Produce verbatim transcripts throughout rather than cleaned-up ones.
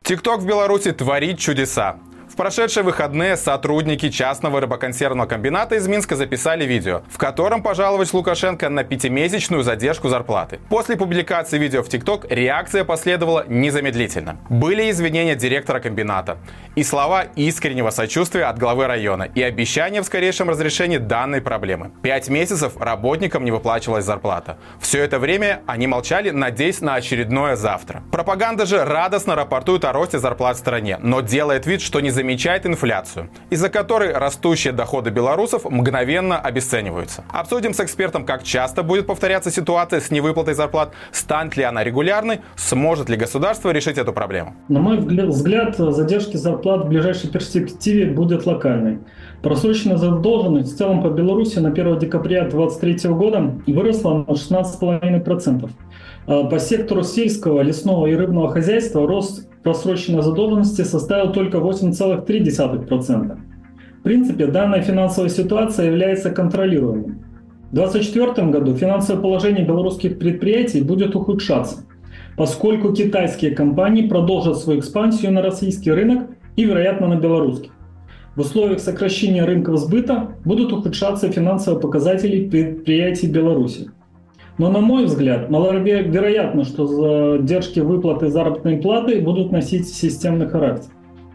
TikTok в Беларуси творит чудеса. В прошедшие выходные сотрудники частного рыбоконсервного комбината из Минска записали видео, в котором пожаловались Лукашенко на пятимесячную задержку зарплаты. После публикации видео в TikTok реакция последовала незамедлительно. Были извинения директора комбината, и слова искреннего сочувствия от главы района, и обещания в скорейшем разрешении данной проблемы. Пять месяцев работникам не выплачивалась зарплата. Все это время они молчали, надеясь на очередное завтра. Пропаганда же радостно рапортует о росте зарплат в стране, но делает вид, что не замечает замечает инфляцию, из-за которой растущие доходы белорусов мгновенно обесцениваются. Обсудим с экспертом, как часто будет повторяться ситуация с невыплатой зарплат, станет ли она регулярной, сможет ли государство решить эту проблему. На мой взгляд, задержки зарплат в ближайшей перспективе будет локальной. Просроченная задолженность в целом по Беларуси на первое декабря две тысячи двадцать третьего года выросла на шестнадцать целых пять десятых процента. По сектору сельского, лесного и рыбного хозяйства рост просроченной задолженности составил только восемь целых три десятых процента. В принципе, данная финансовая ситуация является контролируемой. В две тысячи двадцать четвёртом году финансовое положение белорусских предприятий будет ухудшаться, поскольку китайские компании продолжат свою экспансию на российский рынок и, вероятно, на белорусский. В условиях сокращения рынков сбыта будут ухудшаться финансовые показатели предприятий Беларуси. Но, на мой взгляд, маловероятно, что задержки выплаты заработной платы будут носить системный характер.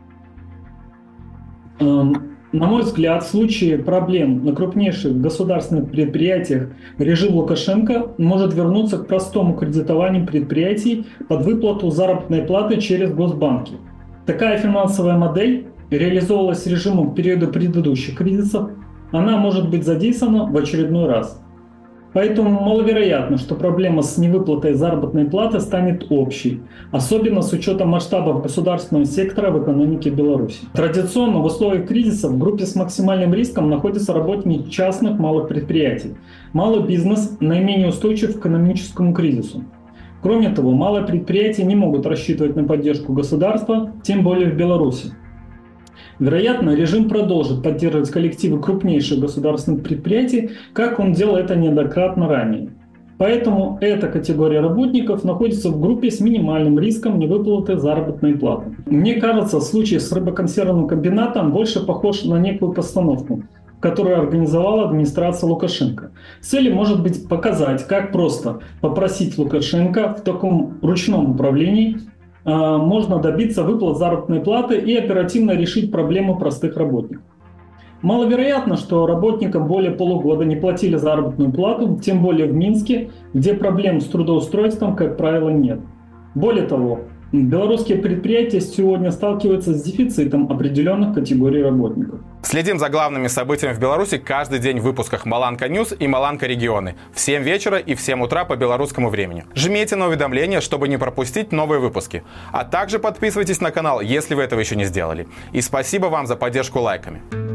На мой взгляд, в случае проблем на крупнейших государственных предприятиях режим Лукашенко может вернуться к простому кредитованию предприятий под выплату заработной платы через госбанки. Такая финансовая модель реализовывалась режимом в периоды предыдущих кризисов, она может быть задействована в очередной раз. Поэтому маловероятно, что проблема с невыплатой заработной платы станет общей, особенно с учетом масштабов государственного сектора в экономике Беларуси. Традиционно в условиях кризиса в группе с максимальным риском находятся работники частных малых предприятий. Малый бизнес наименее устойчив к экономическому кризису. Кроме того, малые предприятия не могут рассчитывать на поддержку государства, тем более в Беларуси. Вероятно, режим продолжит поддерживать коллективы крупнейших государственных предприятий, как он делал это неоднократно ранее. Поэтому эта категория работников находится в группе с минимальным риском невыплаты заработной платы. Мне кажется, случай с рыбоконсервным комбинатом больше похож на некую постановку, которую организовала администрация Лукашенко. Целью может быть показать, как просто попросить Лукашенко в таком ручном управлении можно добиться выплат заработной платы и оперативно решить проблему простых работников. Маловероятно, что работникам более полугода не платили заработную плату, тем более в Минске, где проблем с трудоустройством, как правило, нет. Более того, белорусские предприятия сегодня сталкиваются с дефицитом определенных категорий работников. Следим за главными событиями в Беларуси каждый день в выпусках Маланка Ньюс и Маланка Регионы в семь вечера и в семь утра по белорусскому времени. Жмите на уведомления, чтобы не пропустить новые выпуски. А также подписывайтесь на канал, если вы этого еще не сделали. И спасибо вам за поддержку лайками.